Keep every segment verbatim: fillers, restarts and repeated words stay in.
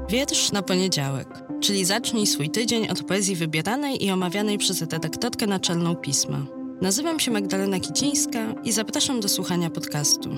Wiersz na poniedziałek, czyli zacznij swój tydzień od poezji wybieranej i omawianej przez redaktorkę naczelną pisma. Nazywam się Magdalena Kicińska i zapraszam do słuchania podcastu.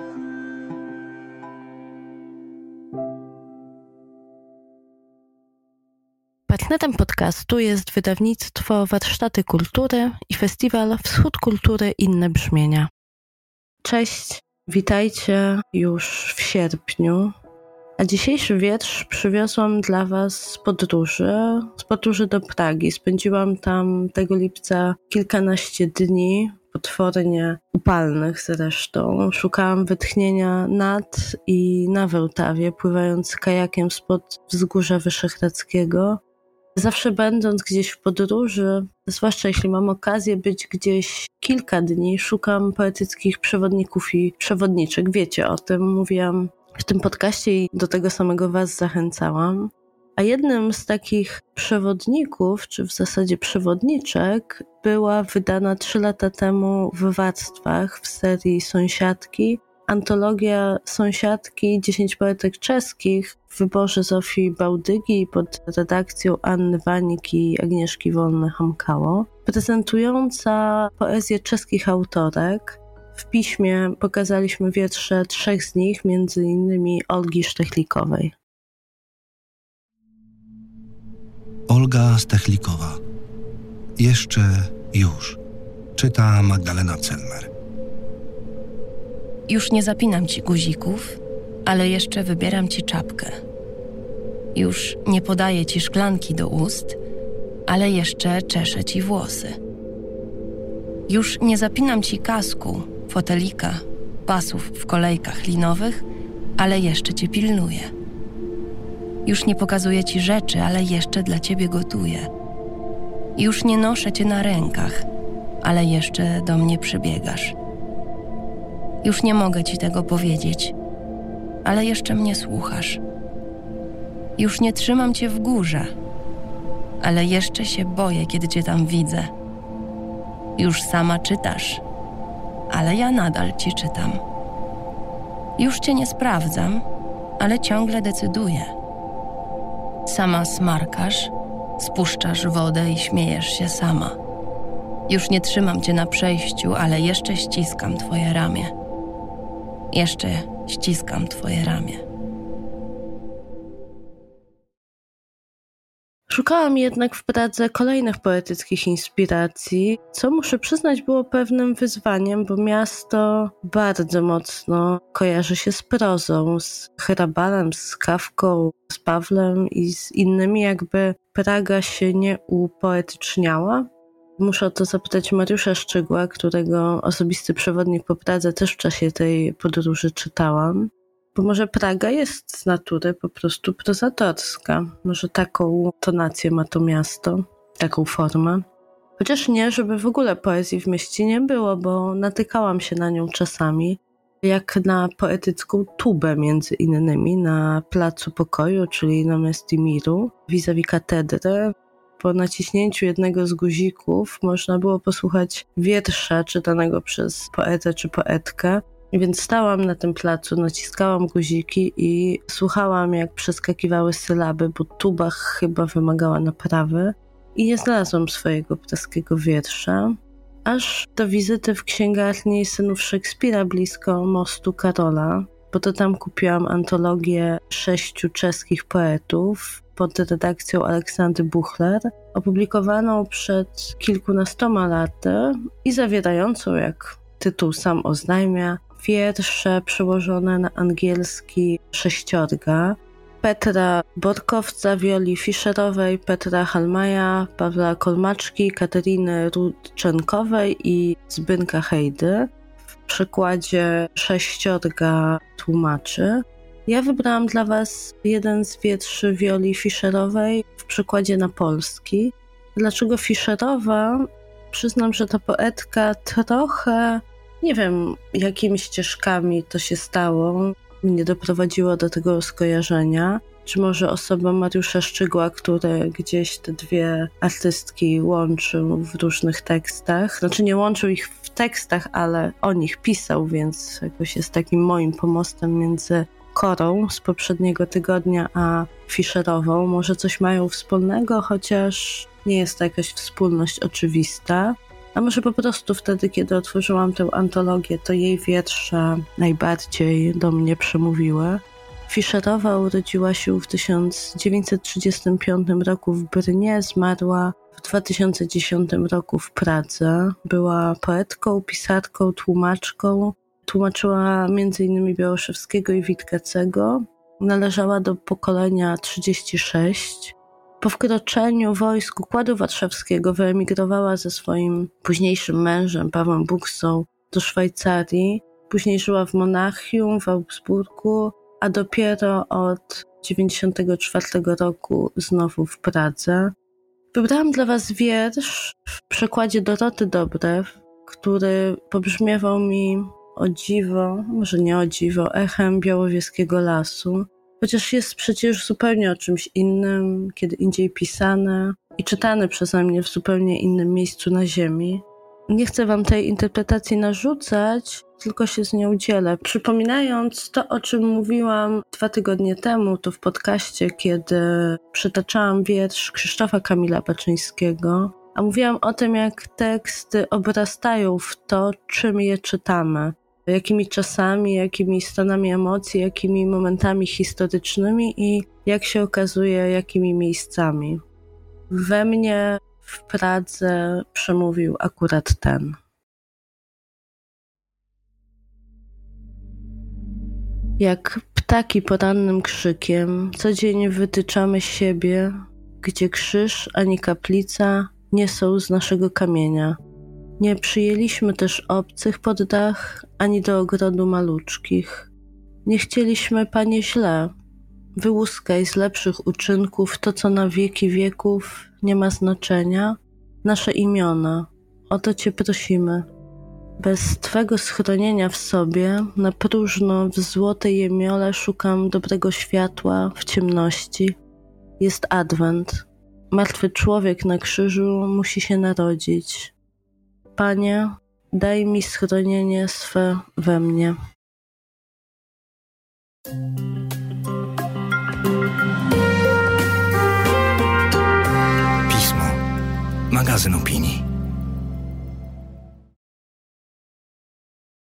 Partnerem podcastu jest wydawnictwo Warsztaty Kultury i festiwal Wschód Kultury Inne Brzmienia. Cześć, witajcie już w sierpniu. A dzisiejszy wiersz przywiozłam dla Was z podróży, z podróży do Pragi. Spędziłam tam tego lipca kilkanaście dni, potwornie upalnych zresztą. Szukałam wytchnienia nad i na Wełtawie, pływając kajakiem spod wzgórza Wyszehradzkiego. Zawsze będąc gdzieś w podróży, zwłaszcza jeśli mam okazję być gdzieś kilka dni, szukam poetyckich przewodników i przewodniczek. Wiecie o tym, mówiłam w tym podcaście i do tego samego Was zachęcałam. A jednym z takich przewodników, czy w zasadzie przewodniczek, była wydana trzy lata temu w Warstwach w serii Sąsiadki, antologia Sąsiadki, dziesięć poetek czeskich w wyborze Zofii Bałdygi pod redakcją Anny Wanik i Agnieszki Wolny-Hamkało, prezentująca poezję czeskich autorek. W piśmie pokazaliśmy wiersze trzech z nich, między innymi Olgi Sztechlikowej. Olga Sztechlikowa. Jeszcze już. Czyta Magdalena Celmer. Już nie zapinam ci guzików, ale jeszcze wybieram ci czapkę. Już nie podaję ci szklanki do ust, ale jeszcze czeszę ci włosy. Już nie zapinam ci kasku, fotelika, pasów w kolejkach linowych, ale jeszcze cię pilnuję. Już nie pokazuję ci rzeczy, ale jeszcze dla ciebie gotuję. Już nie noszę cię na rękach, ale jeszcze do mnie przybiegasz. Już nie mogę ci tego powiedzieć, ale jeszcze mnie słuchasz. Już nie trzymam cię w górze, ale jeszcze się boję, kiedy cię tam widzę. Już sama czytasz, ale ja nadal ci czytam. Już cię nie sprawdzam, ale ciągle decyduję. Sama smarkasz, spuszczasz wodę i śmiejesz się sama. Już nie trzymam cię na przejściu, ale jeszcze ściskam twoje ramię. Jeszcze ściskam twoje ramię. Szukałam jednak w Pradze kolejnych poetyckich inspiracji, co muszę przyznać było pewnym wyzwaniem, bo miasto bardzo mocno kojarzy się z prozą, z Hrabalem, z Kafką, z Pawlem i z innymi, jakby Praga się nie upoetyczniała. Muszę o to zapytać Mariusza Szczygła, którego osobisty przewodnik po Pradze też w czasie tej podróży czytałam. Bo może Praga jest z natury po prostu prozatorska. Może taką tonację ma to miasto, taką formę. Chociaż nie, żeby w ogóle poezji w mieście nie było, bo natykałam się na nią czasami, jak na poetycką tubę między innymi na Placu Pokoju, czyli na Mestimiru, vis-a-vis katedry. Po naciśnięciu jednego z guzików można było posłuchać wiersza czytanego przez poetę czy poetkę. Więc stałam na tym placu, naciskałam guziki i słuchałam, jak przeskakiwały sylaby, bo tuba chyba wymagała naprawy. I nie znalazłam swojego praskiego wiersza, aż do wizyty w księgarni synów Szekspira blisko mostu Karola, bo to tam kupiłam antologię sześciu czeskich poetów pod redakcją Aleksandry Buchler, opublikowaną przed kilkunastoma laty i zawierającą, jak tytuł sam oznajmia, wiersze przełożone na angielski sześciorga Petra Borkowca, Wioli Fischerowej, Petra Halmaja, Pawła Kolmaczki, Kateryny Rudczenkowej i Zbynka Hejdy. W przekładzie sześciorga tłumaczy. Ja wybrałam dla Was jeden z wierszy Wioli Fischerowej w przekładzie na polski. Dlaczego Fischerowa? Przyznam, że ta poetka trochę, nie wiem jakimi ścieżkami to się stało, mnie doprowadziło do tego skojarzenia. Czy może osoba Mariusza Szczygła, który gdzieś te dwie artystki łączył w różnych tekstach. Znaczy nie łączył ich w tekstach, ale o nich pisał, więc jakoś jest takim moim pomostem między Korą z poprzedniego tygodnia, a Fischerową. Może coś mają wspólnego, chociaż nie jest to jakaś wspólność oczywista. A może po prostu wtedy, kiedy otworzyłam tę antologię, to jej wiersze najbardziej do mnie przemówiły. Fischerowa urodziła się w tysiąc dziewięćset trzydziestym piątym roku w Brnie, zmarła w dwa tysiące dziesiątym roku w Pradze. Była poetką, pisarką, tłumaczką. Tłumaczyła między innymi Białoszewskiego i Witkacego. Należała do pokolenia trzydzieści sześć. Po wkroczeniu wojsk Układu Warszawskiego wyemigrowała ze swoim późniejszym mężem, Pawłem Buksą, do Szwajcarii. Później żyła w Monachium, w Augsburgu, a dopiero od dziewięćdziesiątego czwartego roku znowu w Pradze. Wybrałam dla was wiersz w przekładzie Doroty Dobrew, który pobrzmiewał mi o dziwo, może nie o dziwo, echem białowieskiego lasu, chociaż jest przecież zupełnie o czymś innym, kiedy indziej pisane i czytane przeze mnie w zupełnie innym miejscu na ziemi. Nie chcę wam tej interpretacji narzucać, tylko się z nią dzielę. Przypominając to, o czym mówiłam dwa tygodnie temu, to w podcaście, kiedy przytaczałam wiersz Krzysztofa Kamila Baczyńskiego, a mówiłam o tym, jak teksty obrastają w to, czym je czytamy. Jakimi czasami, jakimi stanami emocji, jakimi momentami historycznymi i, jak się okazuje, jakimi miejscami. We mnie w Pradze przemówił akurat ten. Jak ptaki porannym krzykiem, co dzień wytyczamy siebie, gdzie krzyż ani kaplica nie są z naszego kamienia. Nie przyjęliśmy też obcych pod dach, ani do ogrodu maluczkich. Nie chcieliśmy, Panie, źle. Wyłuskaj z lepszych uczynków to, co na wieki wieków nie ma znaczenia, nasze imiona. O to Cię prosimy. Bez Twego schronienia w sobie, na próżno w złotej jemiole szukam dobrego światła w ciemności. Jest adwent. Martwy człowiek na krzyżu musi się narodzić. Panie, daj mi schronienie swe we mnie. Pismo. Magazyn opinii.